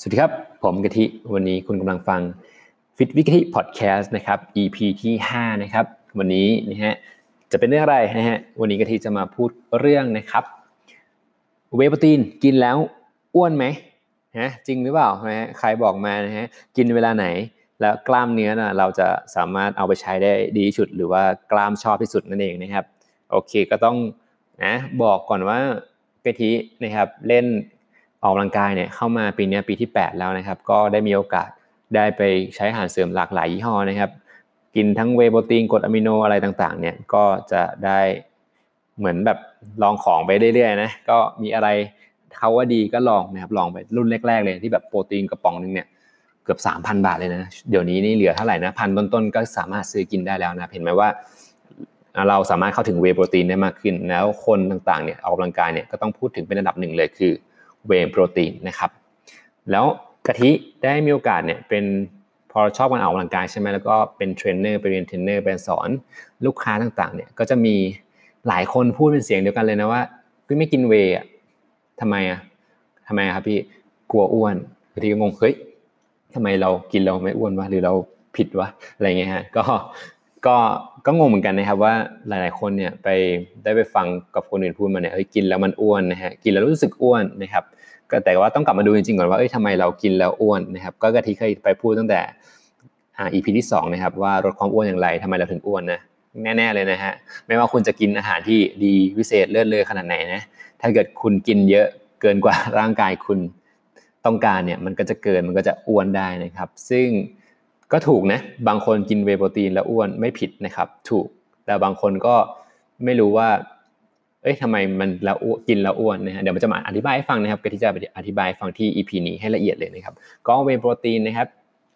สวัสดีครับผมกะทิวันนี้คุณกำลังฟังฟิตวิกฤตพอดแคสต์นะครับ EP ที่5นะครับวันนี้นะฮะจะเป็นเรื่องอะไรนะฮะวันนี้กะทิจะมาพูดเรื่องนะครับเวย์โปรตีนกินแล้วอ้วนไหมฮะจริงหรือเปล่านะฮะใครบอกมานะฮะกินเวลาไหนแล้วกล้ามเนื้อนะเราจะสามารถเอาไปใช้ได้ดีที่สุดหรือว่ากล้ามชอบที่สุดนั่นเองนะครับโอเคก็ต้องนะบอกก่อนว่ากะทินะครับเล่นออกกำลังกายเนี่ยเข้ามาปีนี้ปีที่8แล้วนะครับก็ได้มีโอกาสได้ไปใช้อาหารเสริมหลากหลายยี่ห้อนะครับกินทั้งเวย์โปรตีนกรดอะมิโนอะไรต่างๆเนี่ยก็จะได้เหมือนแบบลองของไปเรื่อยๆนะก็มีอะไรเขาว่าดีก็ลองนะครับลองไปรุ่นแรกๆเลยที่แบบโปรตีนกระป๋องนึงเนี่ยเกือบ 3,000 บาทเลยนะเดี๋ยวนี้นี่เหลือเท่าไหร่นะพันต้นๆก็สามารถซื้อกินได้แล้วนะเห็นไหมว่าเราสามารถเข้าถึงเวย์โปรตีนได้มากขึ้นแล้วคนต่างๆเนี่ยออกกำลังกายเนี่ยก็ต้องพูดถึงเป็นอันดับหนึ่งเลยคือเวย์โปรตีนนะครับแล้วกะทิได้มีโอกาสเนี่ยเป็นพอชอบการออกกำลังกายใช่ไหมแล้วก็เป็นเทรนเนอร์ไปเรียนเทรนเนอร์ไปสอนลูกค้าต่างๆเนี่ยก็จะมีหลายคนพูดเป็นเสียงเดียวกันเลยนะว่าพี่ไม่กินเวย์อ่ะทำไมครับพี่กลัวอ้วนบางทีก็งงเฮ้ยทำไมเรากินเราไม่อ้วนวะหรือเราผิดวะอะไรเงี้ยฮะก็งงเหมือนกันนะครับว่าหลายๆคนเนี่ยได้ไปฟังกับคนอื่นพูดมาเนี่ยเฮ้ยกินแล้วมันอ้วนนะฮะกินแล้วรู้สึกอ้วนนะครับก็แต่ว่าต้องกลับมาดูจริงๆก่อนว่าทำไมเรากินแล้วอ้วนนะครับก็กะทิเคยไปพูดตั้งแต่EP ที่2นะครับว่าลดความอ้วนอย่างไรทำไมเราถึงอ้วนนะแน่ๆเลยนะฮะไม่ว่าคุณจะกินอาหารที่ดีวิเศษเลิศเลอขนาดไหนนะถ้าเกิดคุณกินเยอะเกินกว่าร่างกายคุณต้องการเนี่ยมันก็จะเกินมันก็จะอ้วนได้นะครับซึ่งก็ถูกนะบางคนกินเวย์โปรตีนแล้วอ้วนไม่ผิดนะครับถูกแต่บางคนก็ไม่รู้ว่าทำไมมันแล้วกินแล้วอ้วนนะฮะเดี๋ยวมันจะมาอธิบายให้ฟังนะครับก็ที่จะอธิบายฟังที่ EP นี้ให้ละเอียดเลยนะครับก็เวย์โปรตีนนะครับ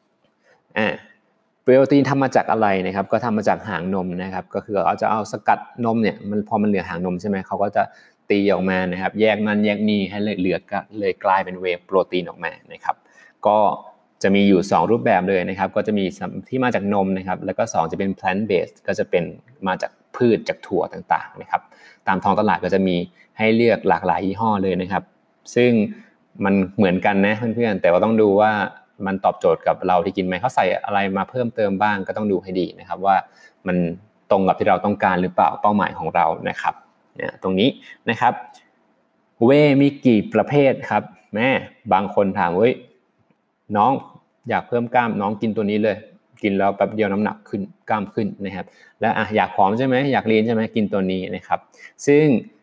เวย์โปรตีนทำมาจากอะไรนะครับก็ทำมาจากหางนมนะครับก็คือเอาจะเอาสกัดนมเนี่ยมันพอมันเหลือหางนมใช่ไหมเขาก็จะตีออกมานะครับแยกนั่นแยกนี่ให้เหลือเลยกลายเป็นเวย์โปรตีนออกมานะครับก็จะมีอยู่2รูปแบบเลยนะครับก็จะมีที่มาจากนมนะครับแล้วก็2จะเป็น plant based ก็จะเป็นมาจากพืชจากถั่วต่างๆนะครับตามท้องตลาดก็จะมีให้เลือกหลากหลายยี่ห้อเลยนะครับซึ่งมันเหมือนกันนะเพื่อนๆแต่ว่าต้องดูว่ามันตอบโจทย์กับเราที่กินไหมเขาใส่อะไรมาเพิ่มเติมบ้างก็ต้องดูให้ดีนะครับว่ามันตรงกับที่เราต้องการหรือเปล่าเป้าหมายของเรานะครับตรงนี้นะครับเวย์มีกี่ประเภทครับแม่บางคนถามเว้ยน้องอยากเพิ่มกล้ามน้องกินตัวนี้เลยกินแล้วแป๊บเดียวน้ำหนักขึ้นกล้ามขึ้นนะครับแล้วอยากผอมใช่ไหมอยากลีนใช่ไหมกินตัวนี้นะครับซึ่ง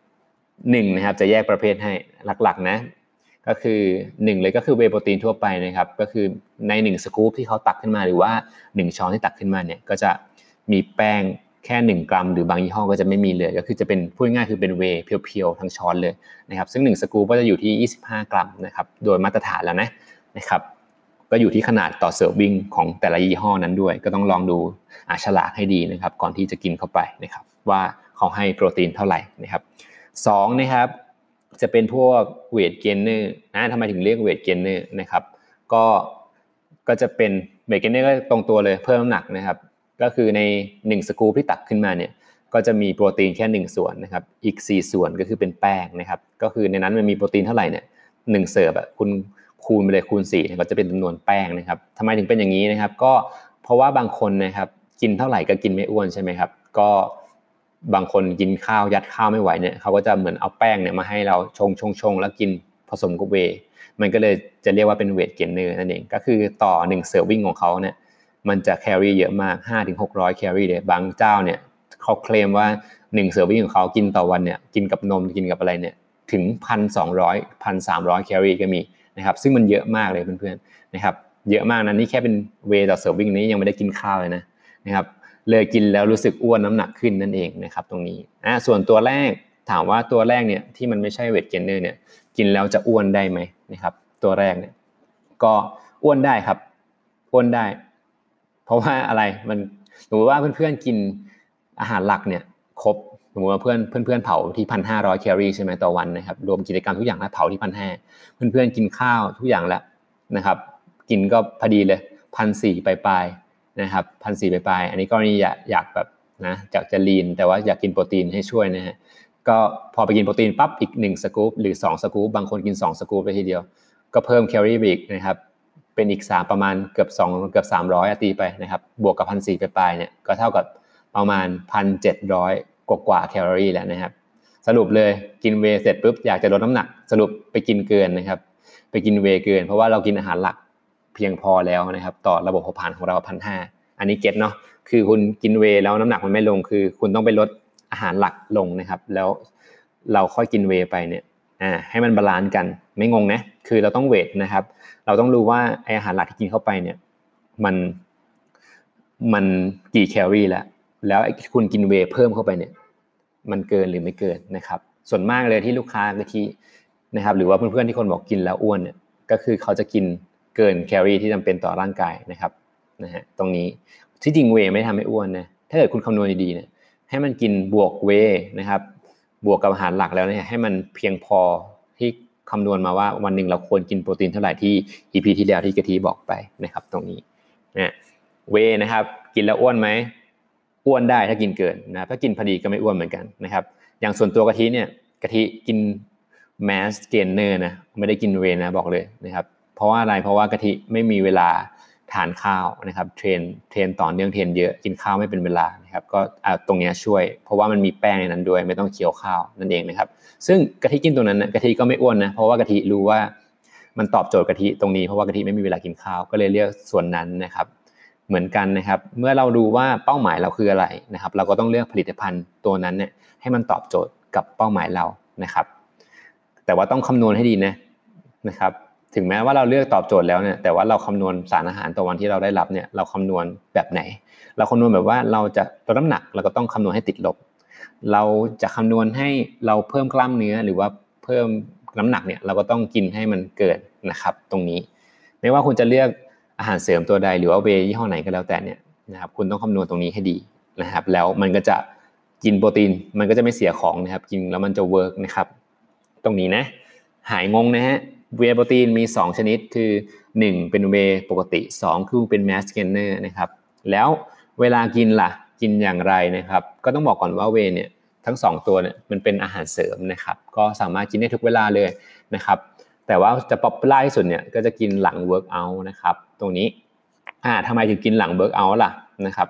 1นะครับจะแยกประเภทให้หลักๆนะก็คือ1เลยก็คือเวย์โปรตีนทั่วไปนะครับก็คือใน1สกู๊ปที่เขาตักขึ้นมาหรือว่า1ช้อนที่ตักขึ้นมาเนี่ยก็จะมีแป้งแค่1กรัมหรือบางยี่ห้อก็จะไม่มีเลยก็คือจะเป็นพูดง่ายคือเป็นเวย์เพียวๆทั้งช้อนเลยนะครับซึ่ง1สกู๊ปก็จะอยู่ที่25กรัมนะครับโดยมาตรฐานแล้วนะครับก็อยู่ที่ขนาดต่อเสิร์ฟวิ่งของแต่ละยี่ห้อนั้นด้วยก็ต้องลองดูฉลากให้ดีนะครับก่อนที่จะกินเข้าไปนะครับว่าเขาให้โปรตีนเท่าไหร่นะครับ2นะครับจะเป็นพวกเวทเกนเนอร์ทำไมถึงเรียกเวทเกนเนอร์นะครับก็จะเป็นเวทเกนเนอร์ก็ตรงตัวเลยเพิ่มน้ำหนักนะครับก็คือใน1สกู๊ปที่ตักขึ้นมาเนี่ยก็จะมีโปรตีนแค่1ส่วนนะครับอีก4ส่วนก็คือเป็นแป้งนะครับก็คือในนั้นมันมีโปรตีนเท่าไหร่เนี่ย1เสิร์ฟคุณคูณไปเลยคูณ4ก็จะเป็นจำนวนแป้งนะครับทำไมถึงเป็นอย่างนี้นะครับก็เพราะว่าบางคนนะครับกินเท่าไหร่ก็กินไม่อ้วนใช่ไหมครับก็บางคนกินข้าวยัดข้าวไม่ไหวเนี่ยเขาก็จะเหมือนเอาแป้งเนี่ยมาให้เราชงแล้วกินผสมกับเวย์มันก็เลยจะเรียกว่าเป็นเวทเกนเนอร์นั่นเองก็คือต่อ1เสิร์ฟวิ่งของเขาเนี่ยมันจะแคลอรี่เยอะมาก 5-600 แคลอรี่เลยบางเจ้าเนี่ยเขาเคลมว่า1เสิร์ฟวิ่งของเขากินต่อวันเนี่ยกินกับนมกินกับอะไรเนี่ยถึง 1,200 1,300 แคลอรี่ก็มีนะครับซึ่งมันเยอะมากเลยเพื่อนๆนะครับเยอะมากนะนี่แค่เป็นเวย์ต่อเสิร์ฟวิ่งนี้ยังไม่ได้กินข้าวเลยนะครับเลยกินแล้วรู้สึกอ้วนน้ำหนักขึ้นนั่นเองนะครับตรงนี้ส่วนตัวแรกถามว่าตัวแรกเนี่ยที่มันไม่ใช่เวทเกนเนอร์เนี่ยกินแล้วจะอ้วนได้ไหมนะครับตัวแรกเนี่ยก็อ้วนได้ครับอ้วนได้เพราะว่าอะไรมันสมมติว่าเพื่อนๆกินอาหารหลักเนี่ยครบสมมติว่าเพื่อนเผาที่ 1,500 แคลอรี่ใช่ไหมต่อวันนะครับรวมกิจกรรมทุกอย่างแล้วเผาที่ 1,500 เพื่อนๆกินข้าวทุกอย่างแล้วนะครับกินก็พอดีเลย 1,400 ปลายๆนะครับ 1,400 ปลายๆอันนี้ก็อยากแบบนะจะลีนแต่ว่าอยากกินโปรตีนให้ช่วยนะฮะก็พอไปกินโปรตีนปั๊บอีก1สกู๊ปหรือ2สกู๊ปบางคนกิน2สกู๊ปไปทีเดียวก็เพิ่มแคลอรี่อีกนะครับเป็นอีก3ประมาณเกือบ300ตีไปนะครับบวกกับ 1,400 ไปเนี่ยก็เท่ากับประมาณ 1,700 กว่าแคลอรี่แล้วนะครับสรุปเลยกินเวย์เสร็จปุ๊บอยากจะลดน้ำหนักสรุปไปกินเกินนะครับไปกินเวย์เกินเพราะว่าเรากินอาหารหลักเพียงพอแล้วนะครับต่อระบบเผาผลาญของเรา 1,500 อันนี้เก็ทเนาะคือคุณกินเวย์แล้วน้ำหนักมันไม่ลงคือคุณต้องไปลดอาหารหลักลงนะครับแล้วเราค่อยกินเวย์ไปเนี่ยให้มันบาลานซ์กันไม่งงนะคือเราต้องเวทนะครับเราต้องรู้ว่าไออาหารหลักที่กินเข้าไปเนี่ยมันกี่แคลอรี่แล้วคุณกินเวย์เพิ่มเข้าไปเนี่ยมันเกินหรือไม่เกินนะครับส่วนมากเลยที่ลูกค้ากะทินะครับหรือว่าเพื่อนๆที่คนบอกกินแล้วอ้วนเนี่ยก็คือเขาจะกินเกินแคลอรี่ที่จำเป็นต่อร่างกายนะครับนะฮะตรงนี้ที่จริงเวย์ไม่ทำให้อ้วนนะถ้าเกิดคุณคำนวณดีๆเนี่ยให้มันกินบวกเวย์นะครับบวกกับอาหารหลักแล้วเนี่ยให้มันเพียงพอที่คำนวณมาว่าวันหนึ่งเราควรกินโปรตีนเท่าไหร่ที่ EP ที่แล้วที่กะทิบอกไปนะครับตรงนี้นะเวย์นะครับกินแล้วอ้วนไหมอ้วนได้ถ้ากินเกินนะถ้ากินพอดีก็ไม่อ้วนเหมือนกันนะครับอย่างส่วนตัวกะทิเนี่ยกะทิกินแมสเกนเนอร์นะไม่ได้กินเวย์นะบอกเลยนะครับเพราะว่าอะไรเพราะว่ากะทิไม่มีเวลาทานข้าวนะครับเทรนต่อเนื่องเทรนเยอะกินข้าวไม่เป็นเวลานะครับก็ตรงนี้ช่วยเพราะว่ามันมีแป้งในนั้นด้วยไม่ต้องเคี้ยวข้าวนั่นเองนะครับซึ่งกะทิกินตรงนั้นนะกะทิก็ไม่อ้วนนะเพราะว่ากะทิรู้ว่ามันตอบโจทย์กะทิตรงนี้เพราะว่ากะทิไม่มีเวลากินข้าวก็เลยเลือกส่วนนั้นนะครับเหมือนกันนะครับเมื่อเราดูว่าเป้าหมายเราคืออะไรนะครับเราก็ต้องเลือกผลิตภัณฑ์ตัวนั้นเนี่ยให้มันตอบโจทย์กับเป้าหมายเรานะครับแต่ว่าต้องคำนวณให้ดีนะครับถึงแม้ว่าเราเลือกตอบโจทย์แล้วเนี่ยแต่ว่าเราคำนวณสารอาหารต่อวันที่เราได้รับเนี่ยเราคำนวณแบบไหนเราคำนวณแบบว่าเราจะลดน้ำหนักเราก็ต้องคำนวณให้ติดลบเราจะคำนวณให้เราเพิ่มกล้ามเนื้อหรือว่าเพิ่มน้ำหนักเนี่ยเราก็ต้องกินให้มันเกินนะครับตรงนี้ไม่ว่าคุณจะเลือกอาหารเสริมตัวใดหรือว่าเวย์ยี่ห้อไหนก็แล้วแต่เนี่ยนะครับคุณต้องคำนวณตรงนี้ให้ดีนะครับแล้วมันก็จะกินโปรตีนมันก็จะไม่เสียของนะครับกินแล้วมันจะเวิร์กนะครับตรงนี้นะหายงงนะฮะเวย์โปรตีนมี2ชนิดคือ1เป็นเวย์ปกติ2คือเป็นแมสเกนเนอร์นะครับแล้วเวลากินล่ะกินอย่างไรนะครับก็ต้องบอกก่อนว่าเวย์เนี่ยทั้ง2ตัวเนี่ยมันเป็นอาหารเสริมนะครับก็สามารถกินได้ทุกเวลาเลยนะครับแต่ว่าจะป๊อปปูล่าที่สุดเนี่ยก็จะกินหลังเวิร์กเอาท์นะครับตรงนี้ทำไมถึงกินหลังเวิร์กเอาท์ล่ะนะครับ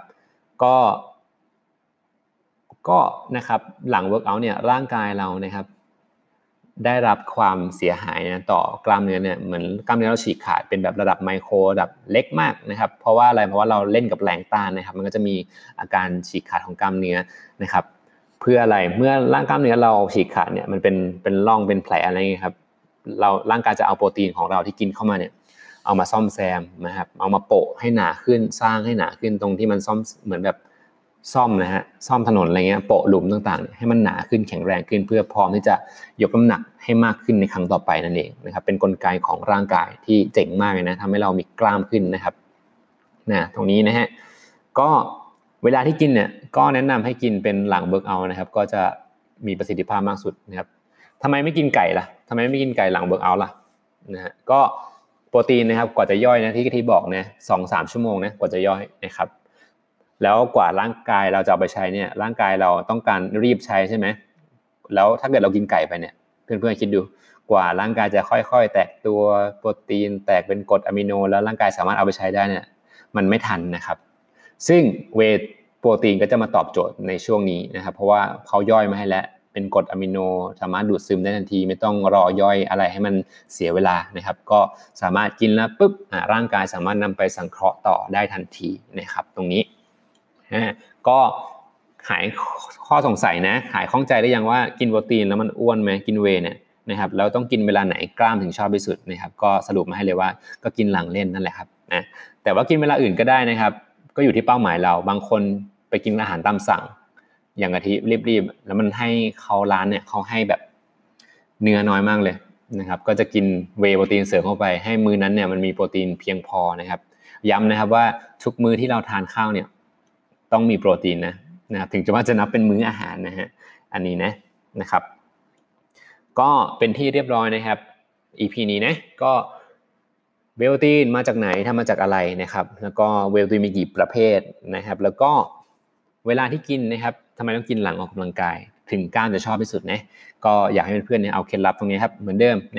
ก็นะครับหลังเวิร์กเอาท์เนี่ยร่างกายเรานะครับได้รับความเสียหายนะต่อกล้ามเนื้อเนี่ยเหมือนกล้ามเนื้อเราฉีกขาดเป็นแบบระดับไมโครระดับเล็กมากนะครับเพราะว่าอะไรเพราะว่าเราเล่นกับแรงต้านนะครับมันก็จะมีอาการฉีกขาดของกล้ามเนื้อนะครับเพื่ออะไรเมื่อร่างกล้ามเนื้อเราฉีกขาดเนี่ยมันเป็นร่องเป็นแผลอะไรอย่างเงี้ยครับร่างกายจะเอาโปรตีนของเราที่กินเข้ามาเนี่ยเอามาซ่อมแซมนะครับเอามาโปะให้หนาขึ้นสร้างให้หนาขึ้นตรงที่มันซ่อมเหมือนแบบซ่อมนะฮะซ่อมถนนอะไรเงี้ยโปะหลุมต่างๆให้มันหนาขึ้นแข็งแรงขึ้นเพื่อพร้อมที่จะยกน้ำหนักให้มากขึ้นในครั้งต่อไปนั่นเองนะครับเป็นกลไกของร่างกายที่เจ๋งมากเลยนะทำให้เรามีกล้ามขึ้นนะครับตรงนี้นะฮะก็เวลาที่กินเนี่ยก็แนะนำให้กินเป็นหลังเวิร์กเอาท์นะครับก็จะมีประสิทธิภาพมากสุดนะครับทำไมไม่กินไก่ล่ะทำไมไม่กินไก่หลังเวิร์กเอาท์ล่ะนะฮะก็โปรตีนนะครับกว่าจะย่อยนะที่บอกนะ 2-3 ชั่วโมงนะกว่าจะย่อยนะครับแล้วกว่าร่างกายเราจะเอาไปใช้เนี่ยร่างกายเราต้องการรีบใช้ใช่ไหมแล้วถ้าเกิดเรากินไก่ไปเนี่ยเพื่อนๆคิดดูกว่าร่างกายจะค่อยๆแตกตัวโปรตีนแตกเป็นกรดอะมิโนแล้วร่างกายสามารถเอาไปใช้ได้เนี่ยมันไม่ทันนะครับซึ่งเวย์โปรตีนก็จะมาตอบโจทย์ในช่วงนี้นะครับเพราะว่าเขาย่อยมาให้แล้วเป็นกรดอะมิโนสามารถดูดซึมได้ทันทีไม่ต้องรอย่อยอะไรให้มันเสียเวลานะครับก็สามารถกินแล้วปุ๊บร่างกายสามารถนำไปสังเคราะห์ต่อได้ทันทีนะครับตรงนี้ก็หายข้อสงสัยนะหายข้องใจได้ยังว่ากินโปรตีนแล้วมันอ้วนไหมกินเวย์เนี่ยนะครับแล้วต้องกินเวลาไหนกล้ามถึงชอบที่สุดนะครับก็สรุปมาให้เลยว่าก็กินหลังเล่นนั่นแหละครับแต่ว่ากินเวลาอื่นก็ได้นะครับก็อยู่ที่เป้าหมายเราบางคนไปกินอาหารตามสั่งอย่างอาทิรีบๆแล้วมันให้เขาร้านเนี่ยเขาให้แบบเนื้อน้อยมากเลยนะครับก็จะกินเวย์โปรตีนเสริมเข้าไปให้มื้อนั้นเนี่ยมันมีโปรตีนเพียงพอนะครับย้ำนะครับว่าทุกมื้อที่เราทานข้าวเนี่ยต้องมีโปรตีนนะครับถึงจะนับเป็นมื้ออาหารนะฮะอันนี้นะครับก็เป็นที่เรียบร้อยนะครับ EP นี้นะก็เวลตีนมาจากไหนทำมาจากอะไรนะครับแล้วก็เวลตีนมีกี่ประเภทนะครับแล้วก็เวลาที่กินนะครับทำไมต้องกินหลังออกกำลังกายถึงกล้ามจะชอบที่สุดนะก็อยากให้เพื่อนๆเนี่ยเอาเคล็ดลับตรงนี้ครับเหมือนเดิมนะครับ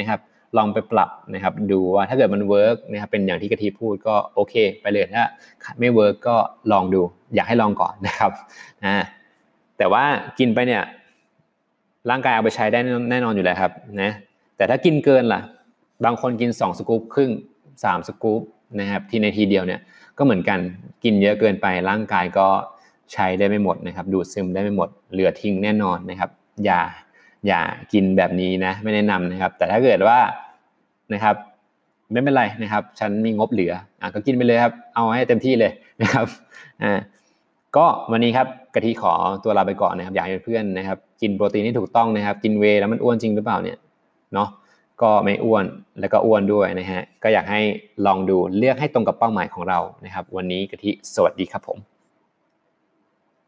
ลองไปปรับนะครับดูว่าถ้าเกิดมันเวิร์กนะครับเป็นอย่างที่กะทิพูดก็โอเคไปเลยถ้าไม่เวิร์กก็ลองดูอยากให้ลองก่อนนะครับแต่ว่ากินไปเนี่ยร่างกายเอาไปใช้ได้แน่นอนอยู่แล้วครับนะแต่ถ้ากินเกินล่ะบางคนกิน2 สกู๊ปครึ่ง3 สกู๊ปนะครับในทีเดียวเนี่ยก็เหมือนกันกินเยอะเกินไปร่างกายก็ใช้ได้ไม่หมดนะครับดูดซึมได้ไม่หมดเหลือทิ้งแน่นอนนะครับอย่ากินแบบนี้นะไม่แนะนำนะครับแต่ถ้าเกิดว่านะครับไม่เป็นไรนะครับฉันมีงบเหลือก็กินไปเลยครับเอาให้เต็มที่เลยนะครับก็วันนี้ครับกะทิขอตัวลาไปก่อนนะครับอยากให้เพื่อนนะครับกินโปรตีนที่ถูกต้องนะครับกินเวย์แล้วมันอ้วนจริงหรือเปล่าเนี่ยเนาะก็ไม่อ้วนแล้วก็อ้วนด้วยนะฮะก็อยากให้ลองดูเลือกให้ตรงกับเป้าหมายของเรานะครับวันนี้กะทิสวัสดีครับผม